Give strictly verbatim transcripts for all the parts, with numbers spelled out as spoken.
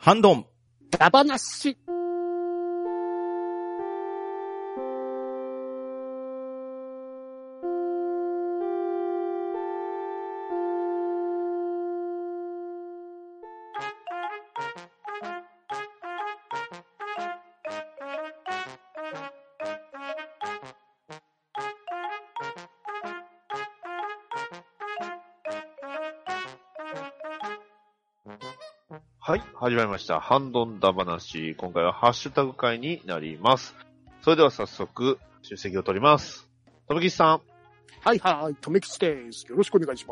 ハンドン。 ダバなし。 はい、始まりました。ハンドンダ話。今回はハッシュタグ会になります。それでは早速、出席を取ります。とめきちさん。 はいはい、とめきちです。よろしくお願いします。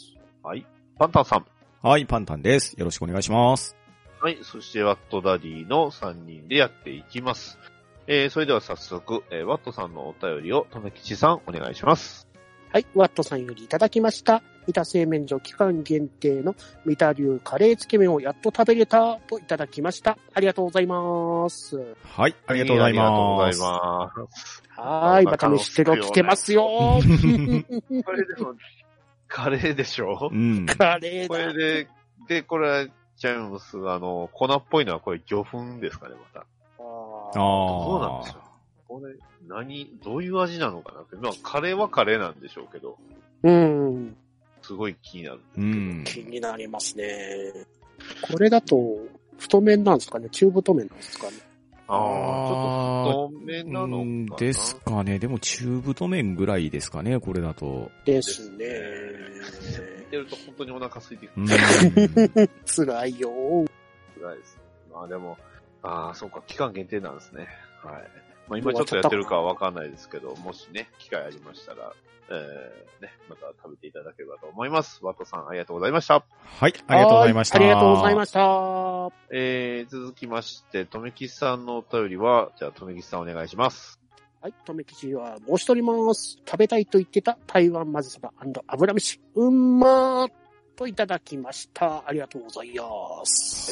はい、パンタンさん。 はい、パンタンです。よろしくお願いします。 はい、そしてワットダディのさんにんでやっていきます。えー、それでは早速、えー、ワットさんのお便りをとめきちさんお願いします。 はい、ワットさんよりいただきました。三田製麺所期間限定の三田流カレーつけ麺をやっと食べれたといただきました。ありがとうございます。 はい、ありがとうございます。 ありがとうございます。 はい、また飯テロ来てますよ。 これでも、カレーでしょ？ うん。 カレーだ。 これで、で、これ、チャイムス、あの、粉っぽいのはこれ魚粉ですかね、また。 ああどうなんでしょう。これ、何、どういう味なのかなって。まあ、カレーはカレーなんでしょうけど。 うん。 すごい気になるんですけうど。 ん。 気になりますね。これだと、太麺なんですかね？中太麺なんですかね？ ああ、ちょっと太麺なのかな。 ですかね。でも中太麺ぐらいですかね、これだと。 ですね。 見てると本当にお腹空いてくうんる。辛いよ。 辛いですね。まあでも、ああ、そうか、期間限定なんですね。はい。まあ今ちょっとやってるかはわかんないですけど、もしね、機会ありましたら、えー、ね、また食べていただければと思います。ワトさん、ありがとうございました。 はい、ありがとうございました。 ありがとうございました。 えー、続きまして、とめきちさんのお便りは、じゃあ、とめきちさんお願いします。 はい、とめきちは申し取ります。食べたいと言ってた台湾まぜそば&油飯、うんまーといただきました。ありがとうございます。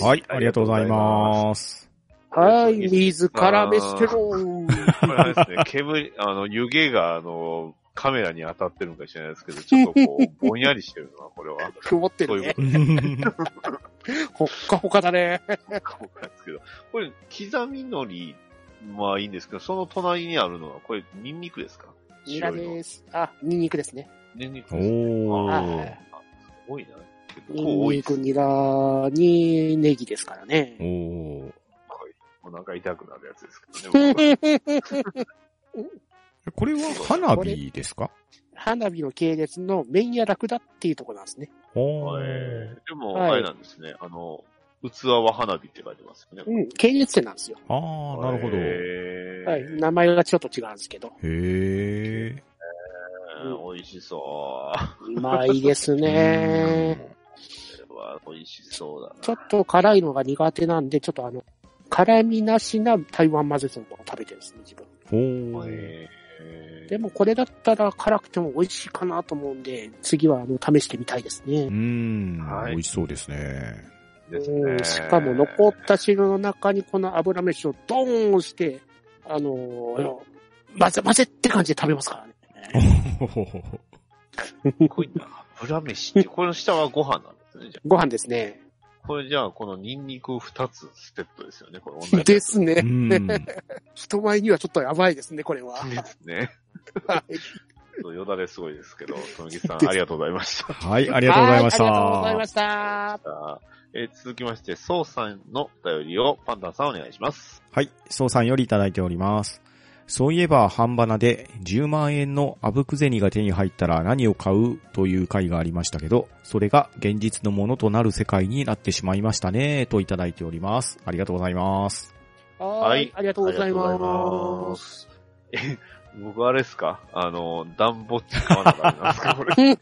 はい、ありがとうございます。 はい、水から飯テロ。 これあれですね、煙、あの、湯気が、あの、カメラに当たってるのかしれないですけど、ちょっとこう、ぼんやりしてるのは、これは。 曇ってるね。 そういうことほっかほかだね。 ほっかほかですけど。これ、刻み海苔、まあいいんですけど、その隣にあるのは、これ、ニンニクですか？ ニラです。あ、ニンニクですね。 ニンニクおですね。 ー。 すごいな。 ニンニク、ニラにネギですからね。 おー。 お腹痛くなるやつですけどね。 これは花火ですか？ 花火の系列の麺やラクダっていうところなんですね。 おー。 えー、でも、 はいあれなんですね。あの、器は花火って書いてますよね。 うん、系列店なんですよ。 あー、なるほど。 へーはい、名前がちょっと違うんですけど。 へー。 えー、美味しそう。 うまいですね。 これは美味しそうだな。 ちょっと辛いのが苦手なんで、ちょっとあの、辛みなしな台湾混ぜそばを食べてるんですね、自分。 おー。 えー、 でもこれだったら辛くても美味しいかなと思うんで、次はあの試してみたいですねう。ーん、 はい美味しそうですね。 ですね。 うん、しかも残った汁の中にこの油飯をドーンして、あのー、混ぜ混ぜって感じで食べますからね。 こい油飯って、これの下はご飯なんですね、じゃご飯ですね。 あ。これじゃあ、このニンニク二つセットですよね、これ同じ。 ですね。 うん。 人前にはちょっとやばいですね、これは。 ですね。 はい。 よだれすごいですけど、とめきさん、ありがとうございました。 はい、ありがとうございました。 はいありがとうございました。 えー、続きまして、そうさんのお便りをパンタンさんお願いします。 はい、そうさんよりいただいております。そういえば、半ばなでじゅうまんえんのあぶく銭が手に入ったら何を買うという回がありましたけど、それが現実のものとなる世界になってしまいましたね、といただいております。ありがとうございます。 はい。ありがとうございま。 ありがとうございます。え、僕あれですか？あの、暖房って買わなかったんですかこれ。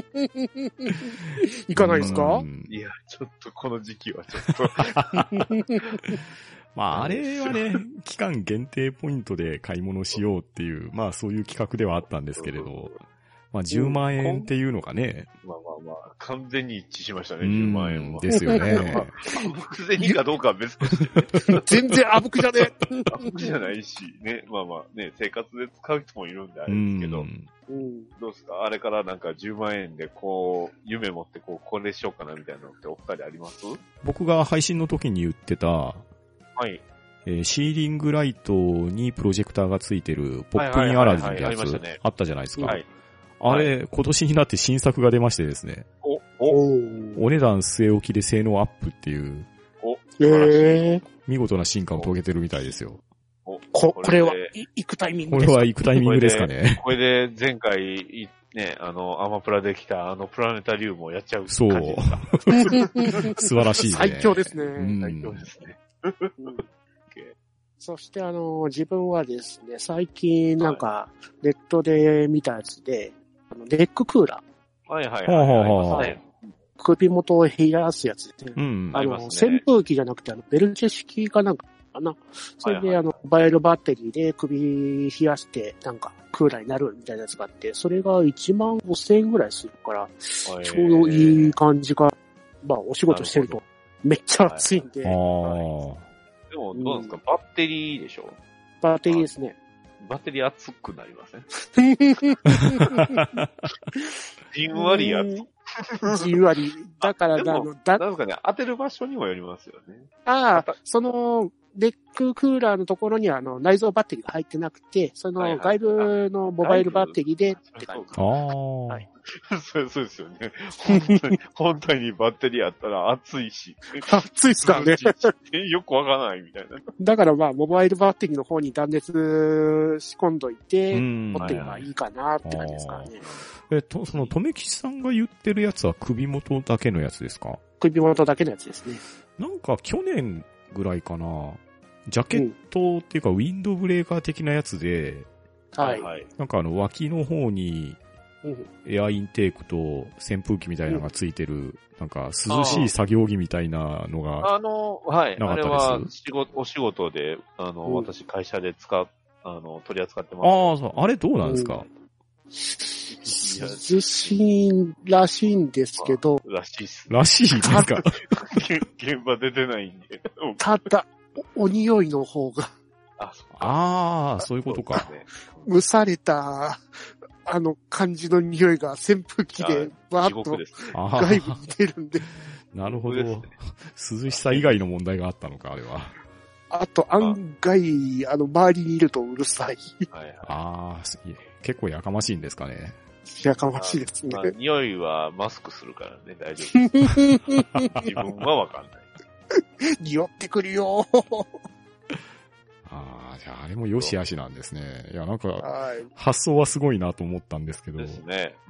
いかないですか？ いや、ちょっとこの時期はちょっと。 まあ、あれはね、期間限定ポイントで買い物しようっていう、まあそういう企画ではあったんですけれど、まあじゅうまんえんっていうのがね。 まあまあまあ、完全に一致しましたね、じゅうまんえんは。 ですよね。 まあ、あぶく銭かどうかは別としてね。 全然あぶくじゃねえ。 あぶくじゃないし、ね、まあまあね、生活で使う人もいるんであれですけど、 うん。 どうですかあれからなんかじゅうまんえんでこう、夢持ってこう、これしようかなみたいなのってお二人あります？ 僕が配信の時に言ってた、 はい。 えー、シーリングライトにプロジェクターがついてるポップインアラジンってやつあったじゃないですか。はい。あれ、はい、今年になって新作が出ましてですね。 お、お、 お値段据え置きで性能アップっていう。 お、 えー、 見事な進化を遂げてるみたいですよ。 おこ、これは、行くタイミングですか？ これは行くタイミングですかね。 これで、これで前回、ね、あの、アマプラで来た、あの、プラネタリウムをやっちゃう感じですか？ そう。素晴らしいね。 最強ですね。 うん、最強ですね。うんそしてあの、自分はですね、最近なんか、ネットで見たやつで、あのネッククーラー。はいはいはい。はい、 首元を冷やすやつですね。 うん。 あの、ね、扇風機じゃなくて、あの、ベルチェ式かなんかかな。それで、はいはい、あの、バイルバッテリーで首冷やして、なんか、クーラーになるみたいなやつがあって、それがいちまんごせんえんぐらいするから、ちょうどいい感じか。まあ、お仕事してると、めっちゃ暑いんで。 はいはいでも、どうなんですか、うん、バッテリーでしょ？ バッテリーですね。 バッテリー熱くなりません？じんわり熱く。 じんわり。だから、あの、だ、なんかね、当てる場所にもよりますよね。 ああ、その、ネッククーラーのところには、あの、内蔵バッテリーが入ってなくて、その外部のモバイルバッテリーでって感じ。 ああ。 はい。そうそうですよね。本当に、本体にバッテリーあったら熱いし。 熱いっすからね。 よくわからないみたいな。 だからまあ、モバイルバッテリーの方に断熱仕込んどいて、持ってればいいかなって感じですからね。 えっと、その、とめきちさんが言ってるやつは首元だけのやつですか？ 首元だけのやつですね。 なんか去年ぐらいかな。ジャケットっていうか、ウィンドブレーカー的なやつで、 はいはい。 なんかあの、脇の方に、エアインテークと扇風機みたいなのがついてる、うん、なんか涼しい作業着みたいなのが、 あの、はい。 なかったです。 あれは仕事、お仕事で、あの、うん、私会社で使う、あの、取り扱ってます。 ああ、そう。あれどうなんですか？うん涼しいらしいんですけど。 らしいっす、 ね。らしいですか？ 現場出てないんで。 ただ、お、お匂いの方が。 ああ、そういうことか。 蒸された、あの感じの匂いが扇風機でバーッと外部に出るんで。 なるほど。涼しさ以外の問題があったのか、あれは。 あと、案外、あの、周りにいるとうるさい。 はいはい、 ああ、結構やかましいんですかね。 やかましいですね。 まあ、匂いはマスクするからね、大丈夫です。自分はわかんない。 匂ってくるよああ、じゃああれも良し悪しなんですね。いや、なんか、発想はすごいなと思ったんですけど。 ですね。 うん。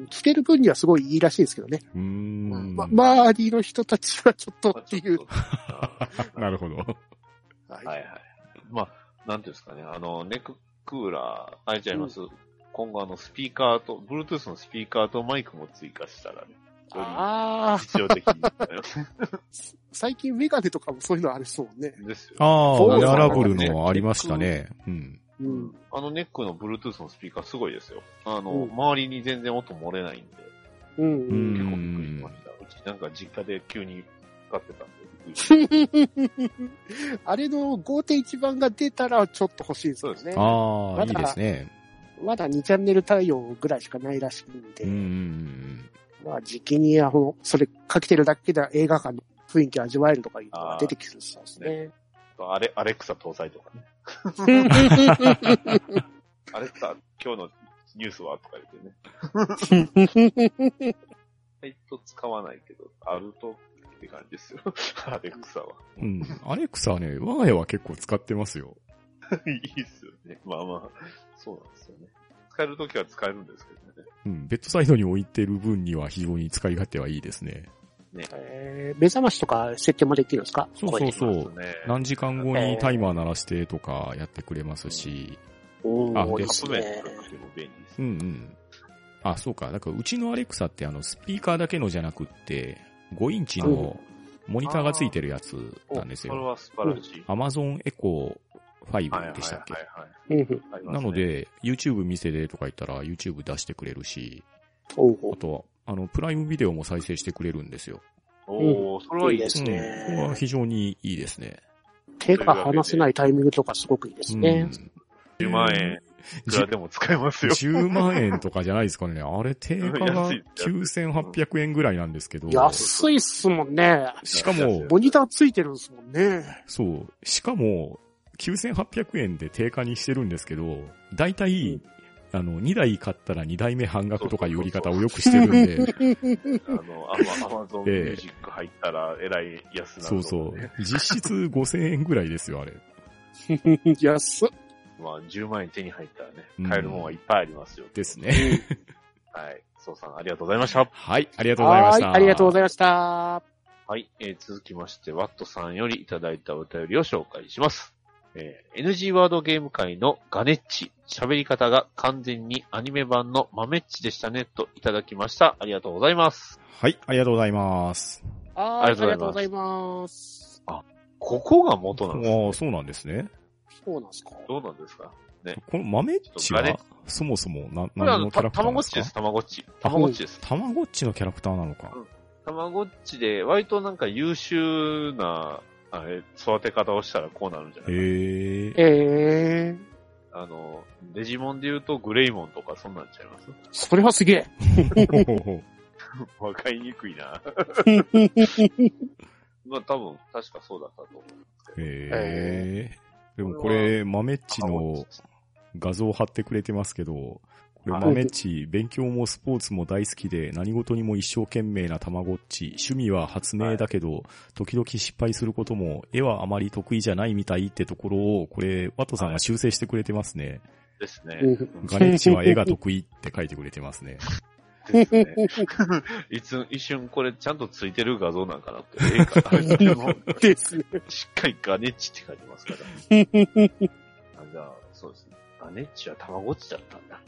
着てる分にはすごいいいらしいですけどね。 うーん。 ま、周りの人たちはちょっとっていう。 なるほど。 はいはい。まあ、なんていうんですかね、あの、ネッククーラー、あえちゃいます。うん、今後あの、スピーカーと、Bluetooth のスピーカーとマイクも追加したらね。 ああ。 実用的に。 最近メガネとかもそういうのありそうね。 ですよ。 ああ、ウェアラブルのありましたね。うん。 うん。 あのネックの Bluetooth のスピーカーすごいですよ。あの、うん、周りに全然音漏れないんで。 うん。うん、 結構びっくりしました。うちなんか実家で急に使ってたんで。 あれの ごてんいち 番が出たらちょっと欲しいですよね。 ああ、いいですね。 まだにチャンネル対応ぐらいしかないらしいんで。 うん。 まあ、時期に、あの、それかけてるだけで映画館の雰囲気味わえるとかいうのが出てきそうですね。 あれ、アレクサ搭載とかね。アレクサ、今日のニュースはとか言ってね。はい、と使わないけど、あるとって感じですよ。アレクサは。 うん。アレクサはね、我が家は結構使ってますよ。 いいっすよね。まあまあ、そうなんですよね。使えるときは使えるんですけどね。 うん、ベッドサイドに置いてる分には非常に使い勝手はいいですね。 ねえー、目覚ましとか設定もできるんですか？ そうそうそう。ね、何時間後にタイマー鳴らしてとかやってくれますし。 えー、 あ、 おー、ですね。 うんうん。あ、そうか。だからうちのアレクサってあのスピーカーだけのじゃなくって、ごインチのモニターがついてるやつなんですよ。 それは素晴らしい。 Amazon Echoファイブでしたっけ？ はいはいはいはい、 なので、YouTube 見せてとか言ったら YouTube 出してくれるし、あとは、あの、プライムビデオも再生してくれるんですよ。 おー、それはいいですね。 うん、これは非常にいいですね。 手が離せないタイミングとかすごくいいですね。うん、 じゅうまんえん。 いくらでも使えますよ。 じゅうまんえんとかじゃないですかね。あれ、定価がきゅうせんはっぴゃくえんぐらいなんですけど。 安いっすもんね。 しかも、 モニターついてるんですもんね。 そう。しかも、きゅうせんはっぴゃくえんで定価にしてるんですけど、だいたい、あの、にだい買ったらにだいめ半額とかいう売り方をよくしてるんで。 あの、アマゾンミュージック入ったらえらい安なる、ね。 そうそう。実質ごせんえんぐらいですよ、あれ。 安っ。 まあ、じゅうまんえん手に入ったらね、買えるもんはいっぱいありますよ。 うん、ですね。 はい。そうさん、ありがとうございました。 はい、ありがとうございました。 はい、ありがとうございました。 はい、えー、続きまして、ワットさんよりいただいたお便りを紹介します。えー、エヌジー ワードゲーム界のガネッチ、喋り方が完全にアニメ版のマメッチでしたね、といただきました。ありがとうございます。 はい、ありがとうございます。 ありがとうございます。 あ、ここが元なんですね。 ああ、そうなんですね。 そうなんですか。 どうなんですかね。 このマメッチは、そもそもな、何のキャラクターなんですか？ たまごっちです、たまごっち。たまごっちです。 たまごっちのキャラクターなのか。 たまごっちで、割となんか優秀な、あれ、育て方をしたらこうなるんじゃないかな。 へー。 えー。 あの、デジモンで言うとグレイモンとかそんなんちゃいますそれはすげえ。 わかりにくいな。まあ多分、確かそうだったと思うんですけど。 へー。でもこれ、マメッチの画像を貼ってくれてますけど、これマメッチ、勉強もスポーツも大好きで、何事にも一生懸命なたまごっち、趣味は発明だけど、はい、時々失敗することも、絵はあまり得意じゃないみたいってところを、これ、ワトさんが修正してくれてますね。 ですね。 ガネッチは絵が得意って書いてくれてますね。 ですね。いつ、一瞬これちゃんとついてる画像なんかなって。ええかですね。しっかりガネッチって書いてますから。あ、じゃあ、そうですね。ガネッチはたまごっちだったんだ。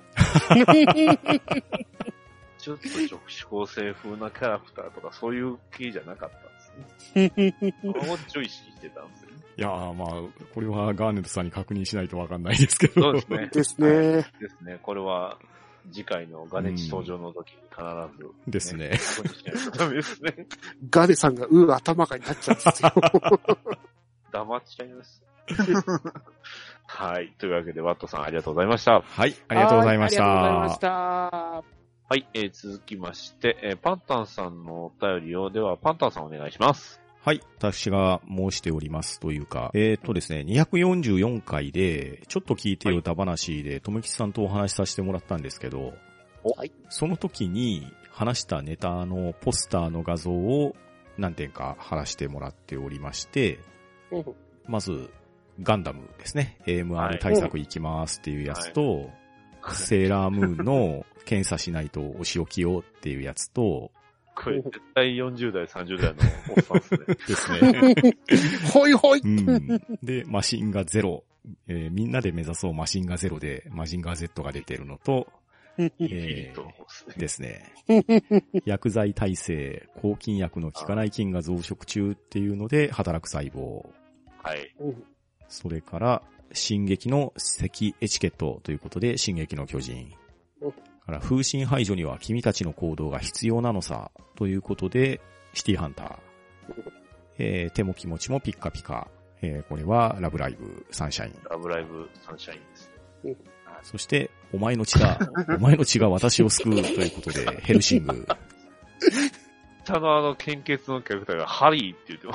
ちょっと女子高生風なキャラクターとかそういう系じゃなかったんですね。たまごっちを意識してたんですよね。 いやー、まあ、これはガーネットさんに確認しないとわかんないですけど。 そうですね。 ですね。 ですね。これは、次回のガネッチ登場の時に必ず、ね、 ですね。 確認しないとダメですね。 ガネさんが、うー頭がになっちゃうんですよ。 黙っちゃいます。はい。というわけで、ワットさんありがとうございました。 はい。ありがとうございました。 ありがとうございました。はい。えー、続きまして、えー、パンタンさんのお便りを、では、パンタンさんお願いします。 はい。私が申しておりますというか、えー、っとですね、にひゃくよんじゅうよんかいで、ちょっと聞いてよ歌話で、ともきちさんとお話しさせてもらったんですけど、 はい。 その時に話したネタのポスターの画像を何点か貼らせてもらっておりまして、 うん、 まず、ガンダムですね。エーエムアール 対策いきますっていうやつと、はい、セーラームーンの検査しないとお仕置きをっていうやつと、 これ絶対よんじゅうだい、さんじゅうだいのおっさんですね。 ですね。 ほいほい、 うん。で、マシンガゼロ、えー。みんなで目指そうマシンガゼロで、マシンガ Z が出てるのと、えー、ですね。薬剤耐性、抗菌薬の効かない菌が増殖中っていうので、働く細胞。 はい。 それから、進撃の赤エチケットということで、進撃の巨人。から風疹排除には君たちの行動が必要なのさ、ということで、シティハンター。えー、手も気持ちもピッカピカ。えー、これはラブライブサンシャイン。 ラブライブサンシャインですね。 そして、お前の血が、お前の血が私を救うということで、ヘルシング。 下のあの献血のキャラクターがハリーって言ってます。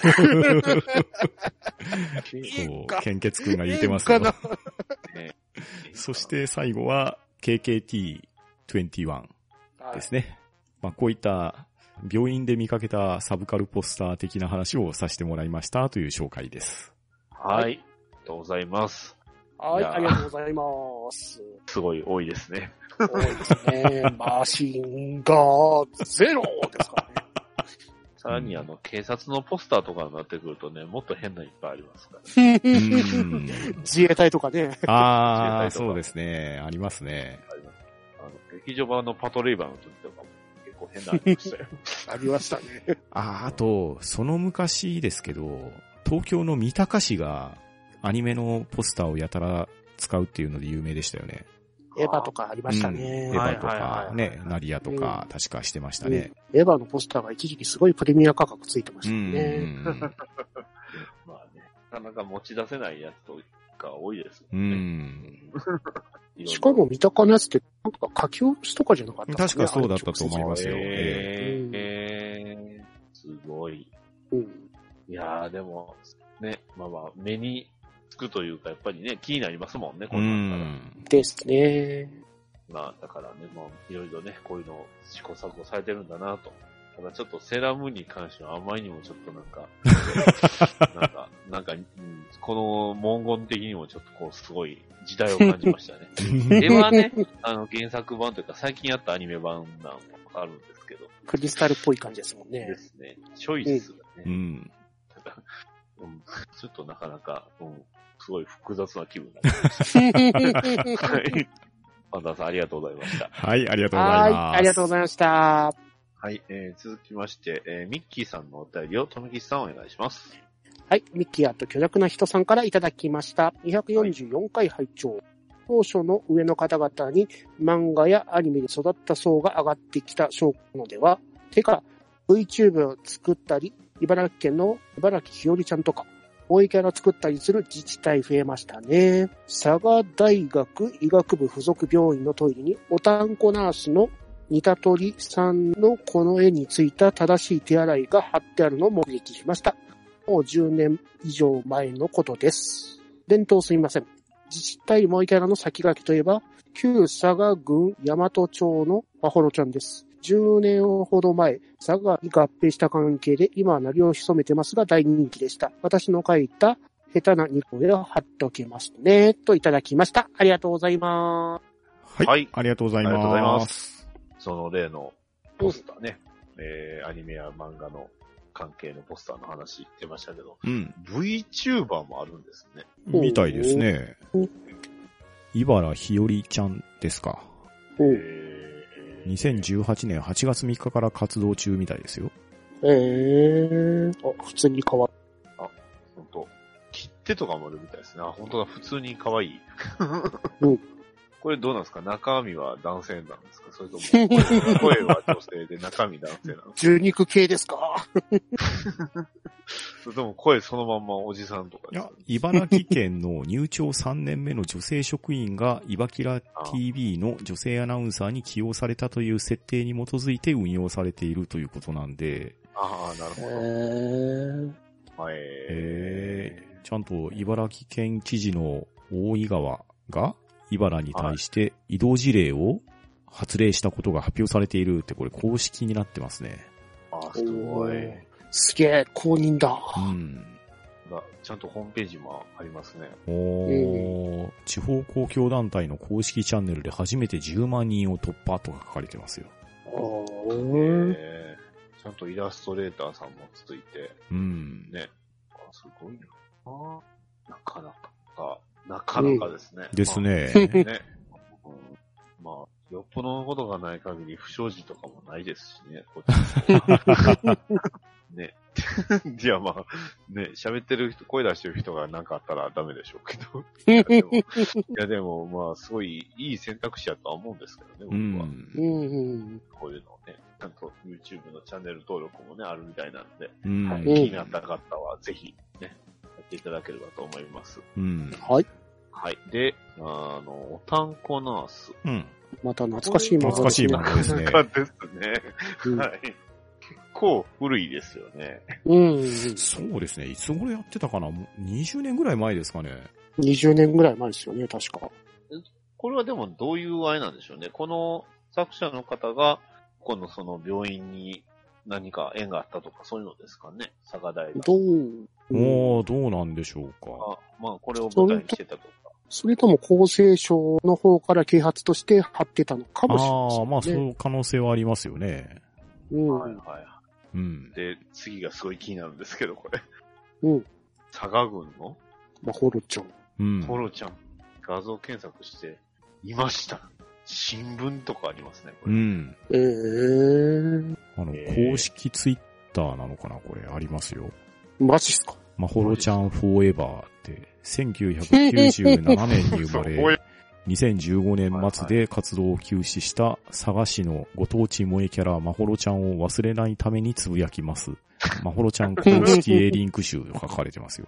そう、献血くんが言ってますよ。ね、そして最後は、ケーケーティーにじゅういちですね。まあ、こういった病院で見かけたサブカルポスター的な話をさせてもらいましたという紹介です。 はい。ありがとうございます。 はい、ありがとうございます。 すごい多いですね。 多いですね。マシンガーゼロですからね。 さらにあの、警察のポスターとかになってくるとね、もっと変ないっぱいありますから、ね。 自衛隊とかね。 ああ、そうですね。ありますね。あります。 あの、劇場版のパトレイバーの時とかも結構変なありましたよ。 ありましたね。 ああ、あと、その昔ですけど、東京の三鷹市がアニメのポスターをやたら使うっていうので有名でしたよね。 エヴァとかありましたね。 うん、エヴァとかね、ナリアとか確かしてましたね、 うん。エヴァのポスターが一時期すごいプレミア価格ついてましたね。 まあね、なかなか持ち出せないやつとが多いですうよね。 ん。 しかも三鷹のやつって、なんか書き下ろしとかじゃなかったっすね。 確かそうだったと思いますよ。 えー、えー、すごい。 うん。 いやー、でも、ね、まあまあ、目につくというか、やっぱりね、気になりますもんね、こんなんから。 うん。 ですね。 まあ、だからね、まあ、いろいろね、こういうのを試行錯誤されてるんだなと。ただちょっとセラムに関してはあまりにもちょっとなんか、なんか、なんか、うん、この文言的にもちょっとこう、すごい時代を感じましたね。ではね、あの、原作版というか、最近やったアニメ版なんもあるんですけど。 クリスタルっぽい感じですもんね。 ですね。チョイスがね。 うん。 ただ、うん、ちょっとなかなか、うん、すごい複雑な気分になりました。はい。パンダさんありがとうございました。 はい、ありがとうございます。 はい、ありがとうございました。 はい、えー、続きまして、えー、ミッキーさんのお便りをとめきちさんお願いします。 はい、ミッキーと巨弱な人さんからいただきました。にひゃくよんじゅうよんかい拝聴。当初の上の方々に漫画やアニメで育った層が上がってきた証拠のでは、てか VTuber を作ったり、茨城県の茨城ひよりちゃんとか、萌えキャラ作ったりする自治体増えましたね。佐賀大学医学部附属病院のトイレにおたんこナースの似た鳥さんのこの絵についた正しい手洗いが貼ってあるのを目撃しました。もうじゅうねん以上前のことです。伝統すみません。自治体萌えキャラの先駆けといえば、旧佐賀郡大和町のまほろちゃんです。じゅうねんほど前、佐賀に合併した関係で今は鳴りを潜めてますが大人気でした。私の書いた下手なニコ絵を貼っておきますね。といただきました。ありがとうございます。 はい。 はい、 ありがとうございます。 ありがとうございます。その例のポスターね、うん、えー、アニメや漫画の関係のポスターの話出ましたけど、 うん、 VTuber もあるんですね。 みたいですね。茨ひよりちゃんですか。にせんじゅうはちねんはちがつみっかから活動中みたいですよ。 えー、あ、普通に可愛い。 あ、ほんと。切手とかもあるみたいですね。あ、ほんとだ、普通に可愛い。 うん、これどうなんですか？中身は男性なんですか？それとも、声は女性で中身男性なんですか？ 獣肉系ですか？ それとも声そのまんまおじさんとかですか？ いや、茨城県の入庁さんねんめの女性職員がイバキラ ティービー の女性アナウンサーに起用されたという設定に基づいて運用されているということなんで。 ああ、なるほど。 へー。 はい。 えー、ちゃんと茨城県知事の大井川が茨に対して移動事例を発令したことが発表されているって、これ公式になってますね。 ああ、すごい。 すげえ、公認だ。 うん。 ちゃんとホームページもありますね。 おー、うん、地方公共団体の公式チャンネルで初めてじゅうまんにんを突破とか書かれてますよ。 えー、ちゃんとイラストレーターさんもついて。 うん。 ね。あ、すごいな。なかなか、なかなかですね。 うん、ですね。 まあ、ね、うん。まあ、よっぽどのことがない限り不祥事とかもないですしね、こっちね。いや、まあ、ね、喋ってる人、声出してる人が何かあったらダメでしょうけど。いや、でも、いやでもまあ、すごいいい選択肢やとは思うんですけどね、僕は。 うん、 こういうのをね、ちゃんと YouTube のチャンネル登録もね、あるみたいなんで、 うん、 はい、気になった方はぜひね、やっていただければと思います。 うん。 はい。 はい。で、あの、おたんこナース。 うん。 また懐かしい漫画ですね。 懐かしい漫画ですね。 懐かしいですね。はい。結構古いですよね。 うん。 そうですね。いつ頃やってたかな？にじゅうねんぐらい前ですかね。 にじゅうねんぐらい前ですよね、確か。 これはでもどういうあれなんでしょうね。この作者の方が、このその病院に何か縁があったとかそういうのですかね。佐賀大学。 どう、 おー、どうなんでしょうか。 あ、まあこれを舞台にしてたとか。 それとも厚生省の方から啓発として貼ってたのかもしれないですね。 ああ、まあそういう可能性はありますよね。 うん。 はいはい。 うん。 で、次がすごい気になるんですけど、これ。 うん。 佐賀郡のまほろちゃん。 うん。 まほろちゃん。画像検索して、いました。新聞とかありますね、これ。 うん。 ええー。 あの、 えー、 公式ツイッターなのかな、これ。ありますよ。 マジっすか？ まほろちゃんフォーエバーって、せんきゅうひゃくきゅうじゅうななねんに生まれ、にせんじゅうごねん末で活動を休止した佐賀市のご当地萌えキャラまほろちゃんを忘れないためにつぶやきます。まほろちゃん公式 A リンク集と書かれてますよ。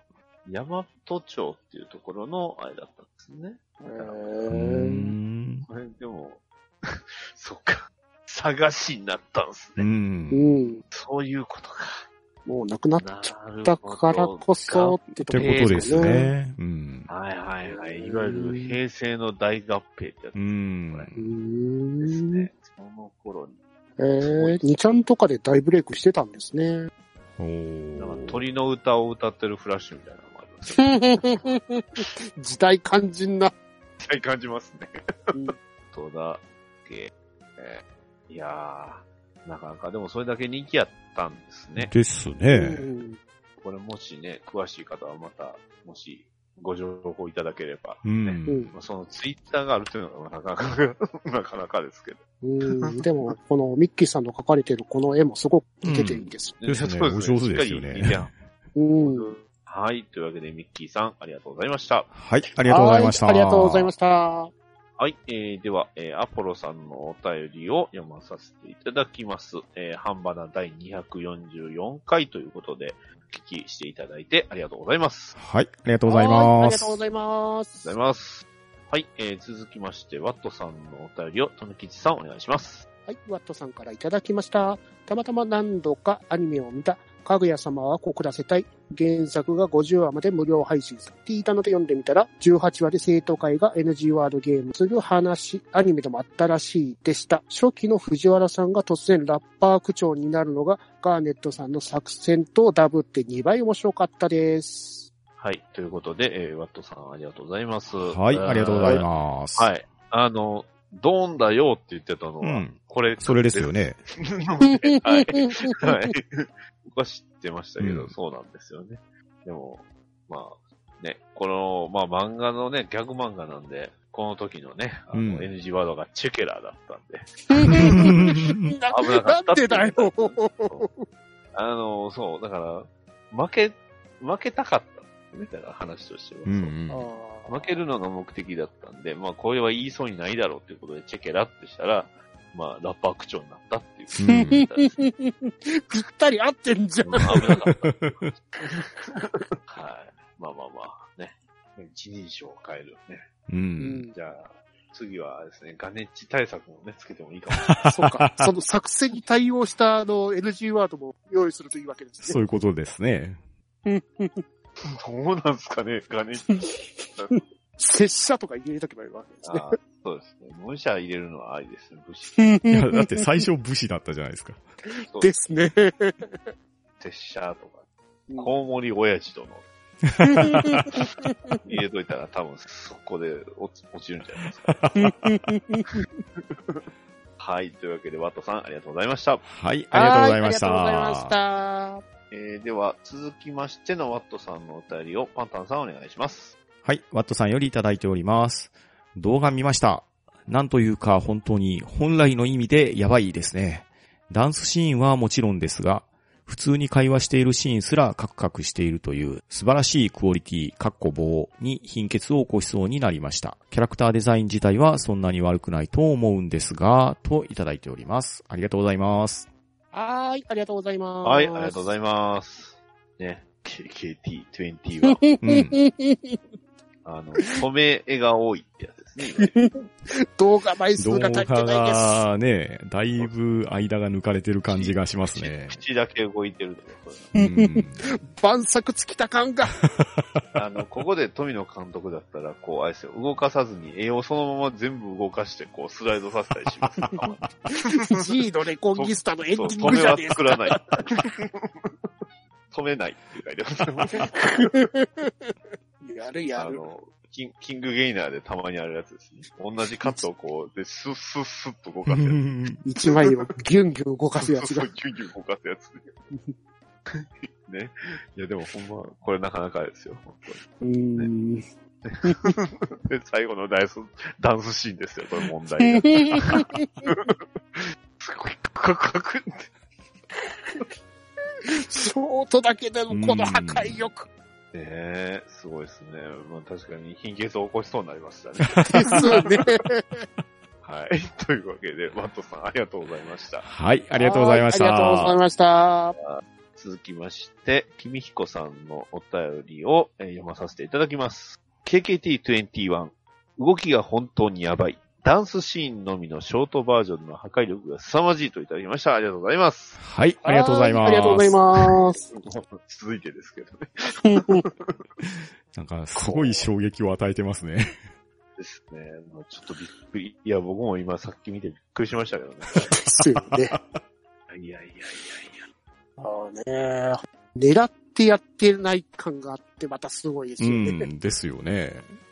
大和町っていうところのあれだったんですね。 へうーー。 ん。 これでも、そっか。探しになったんですう。 ね。 うんん。 そういうことか。 もうなくなっなちゃっるたほど。 からこそってとってころことですね。うん。 はいはいはい。いわゆる平成の大合併ってやつですうね。 ん。 うですーん。 ね。その頃に。 えー、にちゃんとかで大ブレイクしてたんですね。 おなんかー。 鳥の歌を歌ってるフラッシュみたいなのもありますよ。 時代肝心な。 はい感じますね。 うんそうだけ、えーいやー、なかなか、でもそれだけ人気やったんですね。 ですうね。 んこれもしね、詳しい方はまた、もしご情報いただければ、 う。 うんんまあそのツイッターがあるというのがなかなか、なかなかですけど。 うんでも、このミッキーさんの描かれてるこの絵もすごく似てていいんですよ。 ですねそうお上手ですよねしっかり似てはうん。 はい。というわけで、ミッキーさん、ありがとうございました。 はい、ありがとうございました。 はありがとうございました。 はい。えー、では、えー、アポロさんのお便りを読まさせていただきます。えー、半ばな第にひゃくよんじゅうよんかいということで、お聞きしていただいてありがとうございます。 はい、ありがとうございはいあますりがとう。ございまあす。 りがとうございます。はい。えー、続きまして、ワットさんのお便りを、とめきちさんお願いします。 はい、ワットさんからいただきました。たまたま何度かアニメを見た、かぐや様は告らせたい。原作がごじゅうわまで無料配信されていたので読んでみたら、じゅうはちわで生徒会が エヌジー ワードゲームする話、アニメでもあったらしいでした。初期の藤原さんが突然ラッパー区長になるのが、ガーネットさんの作戦とダブってにばい面白かったです。 はい。ということで、えー、ワットさんありがとうございます。 はい、ありがとうございす。 ます。 はい。あの、ドーンだよって言ってたのは、 うんこれ、 それですよね。 はい。はい。僕は知ってましたけど、 うんそうなんですよね。でも、まあ、ね、この、まあ漫画のね、ギャグ漫画なんで、この時のね、あの、 うんエヌジー ワードがチェケラだったんで、危なかったっていうなんでだよ。 そうあの、そう、だから、負け、負けたかったみたいな話としては、 うんう。 そうん負けるのが目的だったんで、まあこれは言いそうにないだろうということでチェケラってしたら、まあラッパー区長になったっていう。 うんぴったり合ってんじゃん。 危なかった。はい。まあまあまあ、ね。一人称を変えるね。 うん。 じゃあ、次はですね、ガネッチ対策もね、つけてもいいかもしれない。 そうか。その作戦に対応したあの エヌジー ワードも用意するといいわけですね。 そういうことですね。 どうなんですかね、ガネッチ。 拙者とか入れとけばいいわけですね。 あそうですね。武者入れるのはありですね、武士。 いや、だって最初武士だったじゃないですか。 そうで。すね。 拙者とか、 うんコウモリ親父殿。入れといたら多分そこで落ち落ちるんじゃないですか。はい。というわけで、ワットさん、ありがとうございました。 はい、ありがとうございましはいありがとうございました。 た。 えー、では、続きましてのワットさんのお便りをパンタンさんお願いします。 はい、ワットさんよりいただいております。動画見ました。なんというか本当に本来の意味でやばいですね。ダンスシーンはもちろんですが、普通に会話しているシーンすらカクカクしているという素晴らしいクオリティ、カッコ棒に貧血を起こしそうになりました。キャラクターデザイン自体はそんなに悪くないと思うんですが、といただいております。ありがとうございます。 はーい、ありがとうございます。 はい、ありがとうございます。ね、ケーティーにじゅうは、 うん。 あの、止め絵が多いってやつですね。 動画枚数動が足りて画ないです。 がね、だいぶ間が抜かれてる感じがしますね。 口だけ動いてるとか、そういううん。 晩作尽きた感が。 のあの、ここで富野監督だったら、こう、あれですよ、動かさずに絵をそのまま全部動かして、こう、スライドさせたりします。 G のレコンギスタのエンデそう、 ィン止めはグじゃねえ作らない。止めないっていう書いてます。 やるやる。 あの、キンキングゲイナーでたまにあるやつですね。同じカットをこう、で、スッスッスッと動かすやつ。 一枚をギュンギュン動かすやつがそう。ギュンギュン動かすやつ。ね。いや、でもほんま、これなかなかですよ。本うーん。 当にで、最後のダンス、ダンスシーンですよ、これ問題が。すごい、カクカクって。 ショートだけでのこの破壊力。 ねえ、すごいですね。まあ確かに貧血を起こしそうになりましたね。 ですよね。 はい。というわけで、ワットさんありがとうございました。 はい、ありがとうございました。 はいありがとうございました。 続きまして、きみひこさんのお便りを読まさせていただきます。ケーケーティーにじゅういち、動きが本当にやばい。ダンスシーンのみのショートバージョンの破壊力が凄まじいといただきました。ありがとうございます。 はい、ありがとうございます。 ありがとうございます。 続いてですけどね。 なんか、すごい衝撃を与えてますね。 ですね。もうちょっとびっくり。いや、僕も今さっき見てびっくりしましたけどね。 ですよね。 いやいやいやいや。 ああね、狙ってやってない感があってまたすごいですよね。 うん、ですよね。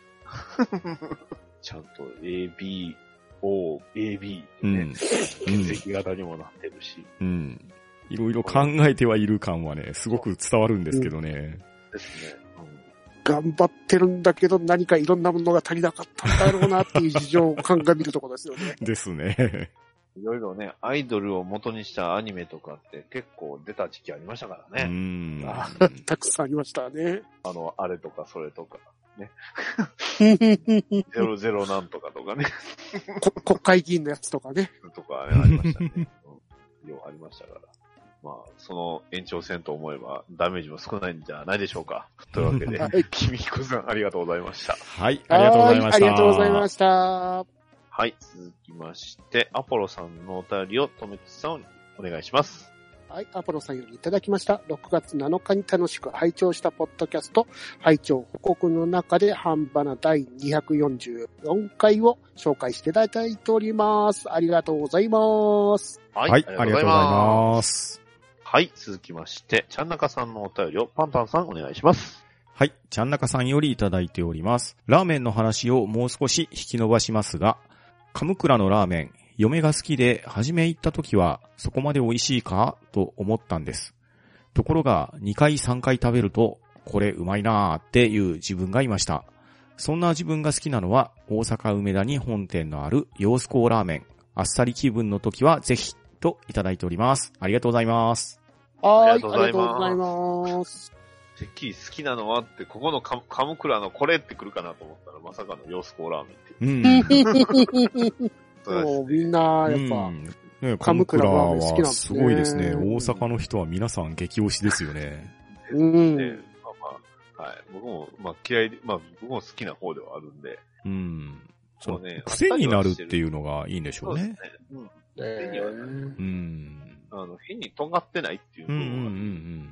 ちゃんと エービー、O、エービー ってね、 うん、 血液型にもなってるし。 うん。いろいろ考えてはいる感はね、すごく伝わるんですけどね。うん、 ですね。 頑張ってるんだけど何かいろんなものが足りなかったんだろうなっていう事情を鑑みるところですよね。 ですね。 いろいろね、アイドルを元にしたアニメとかって結構出た時期ありましたからね。 うん。 たくさんありましたね。 あの、あれとかそれとかね。ゼロゼロなんとかとかね。 国会議員のやつとかね。 とかね、ありましたね。うん、ようありましたから。まあ、その延長戦と思えばダメージも少ないんじゃないでしょうか。というわけで、はい、きみひこさんありがとうございました。 はい、ありがとうございました。 ありがとうございました。 はい、続きまして、アポロさんのお便りをとめつさんお願いします。 はい、アポロさんよりいただきました。ろくがつなのかに楽しく拝聴したポッドキャスト、拝聴報告の中で半ばなだいにひゃくよんじゅうよんかいを紹介していただいております。ありがとうございます。 はい、 はい、ありがとうございます。 はい、続きまして、ちゃんなかさんのお便りをパンパンさんお願いします。 はい、ちゃんなかさんよりいただいております。ラーメンの話をもう少し引き伸ばしますが、カムクラのラーメン、嫁が好きで初め行った時はそこまで美味しいかと思ったんです。ところがにかいさんかい食べるとこれうまいなーっていう自分がいました。そんな自分が好きなのは大阪梅田に本店のある揚子江ラーメン。あっさり気分の時はぜひといただいております。ありがとうございます。 はい、ありがとうございます。 てっきり好きなのはって、ここのカム、カムクラのこれって来るかなと思ったら、まさかの揚子江ラーメンっていう。うん。 そう、みんな、やっぱ、 うんね、カムクラはすごいですね。大阪の人は皆さん激推しですよね。 うん。ね、まあまあ、はい。僕も、まあ嫌いで、まあ僕も好きな方ではあるんで。 うん。そうね。癖になるっていうのがいいんでしょうね。そうですね。 うん。癖にはなる。 うん。 あの、変に尖ってないっていうのが、 うんうんうんうん。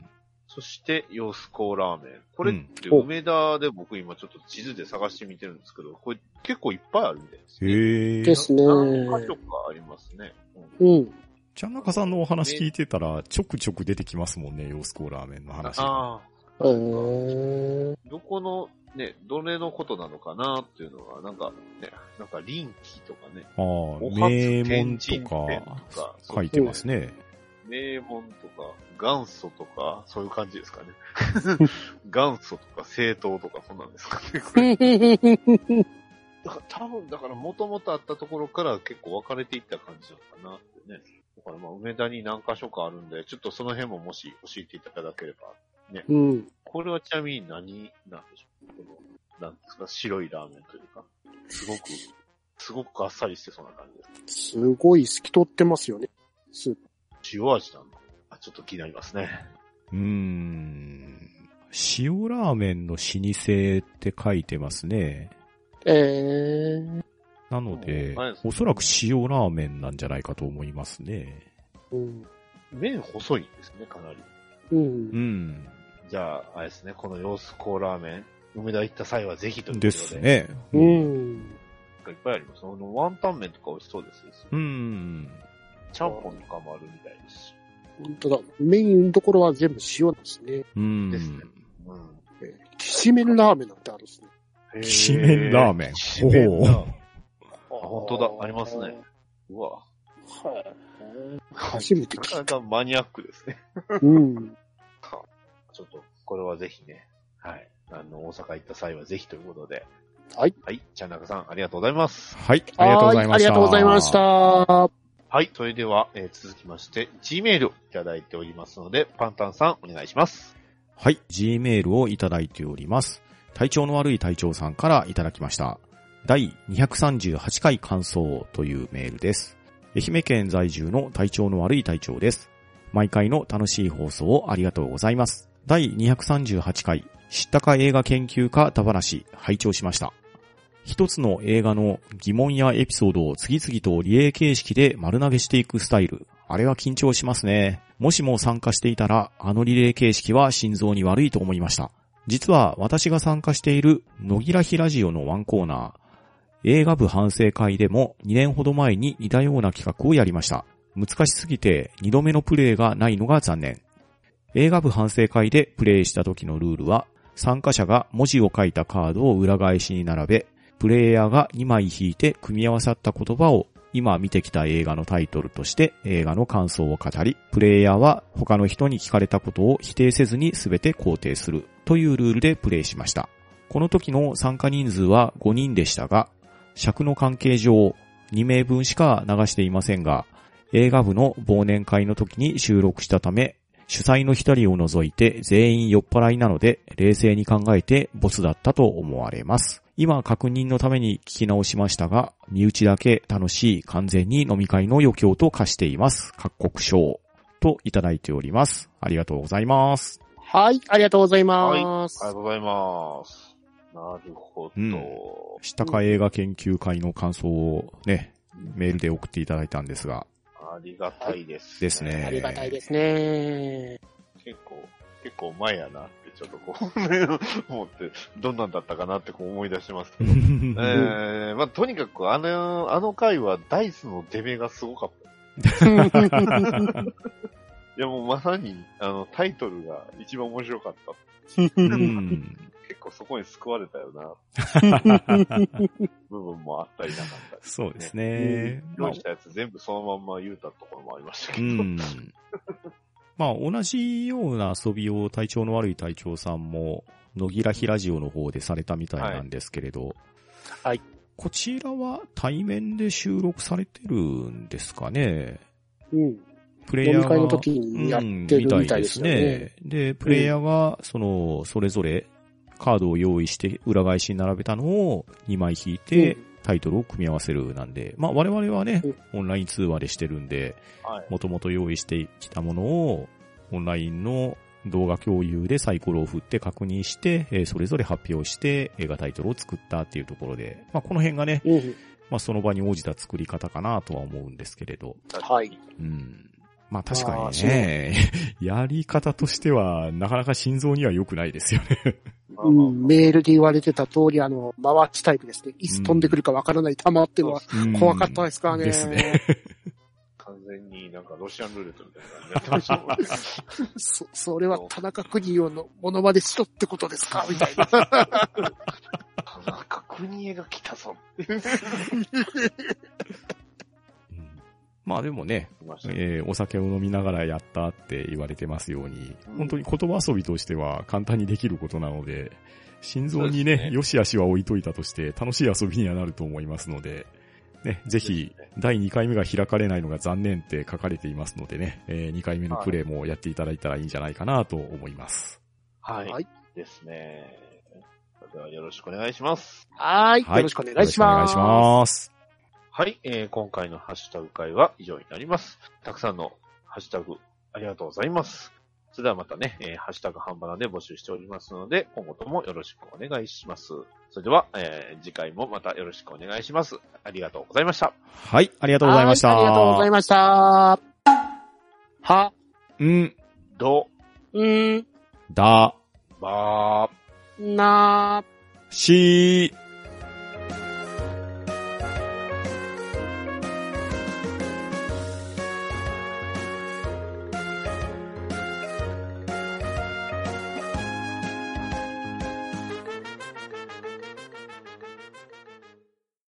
そして、揚子江ラーメン。これって梅田で僕今ちょっと地図で探してみてるんですけど、これ結構いっぱいあるみたいですね。 へー。 ですね。 何箇所かありますね。 うん。うん、 ちゃんなかさんのお話聞いてたら、ちょくちょく出てきますもんね、揚子江ラーメンの話。 ああ。へー。どこの、ね、どれのことなのかなっていうのは、なんかね、なんか臨機とかね。 ああ、名門とか書いてますね。 名門とか、元祖とか、そういう感じですかね。元祖とか、政党とか、そんなんですかね。だから多分、だから元々あったところから結構分かれていった感じだったなってね。だからまあ、梅田に何箇所かあるんで、ちょっとその辺ももし教えていただければ。ね。 うん。 これはちなみに何なんでしょう、この、なんですか、白いラーメンというか、すごく、すごくあっさりしてそうな感じです。 すごい透き通ってますよね。スープ。 塩味なんだ。あ、ちょっと気になりますね。 うーん。塩ラーメンの老舗って書いてますね。 えー。 なので、おそらく塩ラーメンなんじゃないかと思いますね。 うん。 麺細いんですね、かなり。 うん。うん。 じゃあ、あれですね、この揚子江ラーメン、梅田行った際はぜひということで。 ですね。 うん。 いっぱいあります。あの、ワンタン麺とか美味しそうです。 うん。 ちゃんぽんとかもあるみたいですし。 本当だ。メインのところは全部塩ですね。 うん。 ですね。うん。 えー、きしめんラーメンなんてあるんですね。 きしめんラーメン。 ほう。あ、本当だ。ありますね。うわ。はい。 初めて聞いた。 なかなかマニアックですね。 うん。 ちょっと、これはぜひね。はい。あの、大阪行った際はぜひということで。 はい。 はい。ちゃんなかさん、ありがとうございます。 はい。ありがとうございました。 ありがとうございました。 はい。それでは、えー、続きまして、Gmail いただいておりますので、パンタンさん、お願いします。 はい。Gmail をいただいております。体調の悪い隊長さんからいただきました。だいにひゃくさんじゅうはちかい感想というメールです。愛媛県在住の体調の悪い隊長です。 毎回の楽しい放送をありがとうございます。だいにひゃくさんじゅうはちかい、知ったか映画研究家田話、拝聴しました。一つの映画の疑問やエピソードを次々とリレー形式で丸投げしていくスタイル。あれは緊張しますね。もしも参加していたら、あのリレー形式は心臓に悪いと思いました。実は私が参加している野木らひラジオのワンコーナー、映画部反省会でもにねんほど前に似たような企画をやりました。難しすぎてにどめのプレイがないのが残念。映画部反省会でプレイした時のルールは、参加者が文字を書いたカードを裏返しに並べ、プレイヤーがにまい引いて組み合わさった言葉を今見てきた映画のタイトルとして映画の感想を語り、プレイヤーは他の人に聞かれたことを否定せずに全て肯定するというルールでプレイしました。この時の参加人数はごにんでしたが、尺の関係上にめいぶんしか流していませんが、映画部の忘年会の時に収録したため、主催のひとりを除いて全員酔っ払いなので冷静に考えてボツだったと思われます。今確認のために聞き直しましたが、身内だけ楽しい完全に飲み会の余興と化しています。各国賞といただいております。ありがとうございます。 はい、ありがとうございます。 はい、ありがとうございます。なるほど。うん、 知ったか映画研究会の感想をね、メールで送っていただいたんですが。 ありがたいです、ね。 ですね。 ありがたいですね。 結構、結構前やなってちょっとこう思って、どんなんだったかなってこう思い出してますけど。えー、まあとにかくあの、あの回はダイスの出目がすごかった。いやもうまさに、あの、タイトルが一番面白かった。うん結構そこに救われたよな。部分もあったりなかったり、ね。 そうですね。 用意したやつ全部そのまんま言うたところもありましたけど。うん、 まあ同じような遊びを体調の悪い隊長さんも、野木らひラジオの方でされたみたいなんですけれど。 はい。 こちらは対面で収録されてるんですかね。 うん。 プレイヤーが。 飲み会の時にやってるみたいですよね。うん、みたいですね。で、プレイヤーが、その、それぞれ、カードを用意して裏返しに並べたのをにまい引いてタイトルを組み合わせるなんで、まあ我々はね、オンライン通話でしてるんで、もともと用意してきたものをオンラインの動画共有でサイコロを振って確認して、それぞれ発表して映画タイトルを作ったっていうところで、まあこの辺がね、まあその場に応じた作り方かなとは思うんですけれど。 はい。 うん。まあ確かにね、やり方としてはなかなか心臓には良くないですよね。 うん、メールで言われてた通り、あの、回しタイプですね。いつ飛んでくるかわからない球っていうのは怖かったですからね。 ですね。 完全になんかロシアンルーレットみたいな感じになってましたもんね。 そ、それは田中邦夫のモノマネしろってことですかみたいな。田中邦衛が来たぞ。 まあでもね、えー、お酒を飲みながらやったって言われてますように、うん、本当に言葉遊びとしては簡単にできることなので、心臓にね、良し悪しは置いといたとして楽しい遊びにはなると思いますので、ね、ぜひ、だいにかいめが開かれないのが残念って書かれていますのでね、えー、にかいめのプレイもやっていただいたらいいんじゃないかなと思います。 はい。はい。ですね。それではよろしくお願いします。 はい。よろしくお願いします。 お願いします。 はい、えー、今回のハッシュタグ会は以上になります。たくさんのハッシュタグありがとうございます。それではまたね、えー、ハッシュタグハンバナで募集しておりますので、今後ともよろしくお願いします。それでは、えー、次回もまたよろしくお願いします。ありがとうございました。 はい、ありがとうございました。 ありがとうございました。は、 ん、 ど、 ん、 だ、 ば、 な、 し、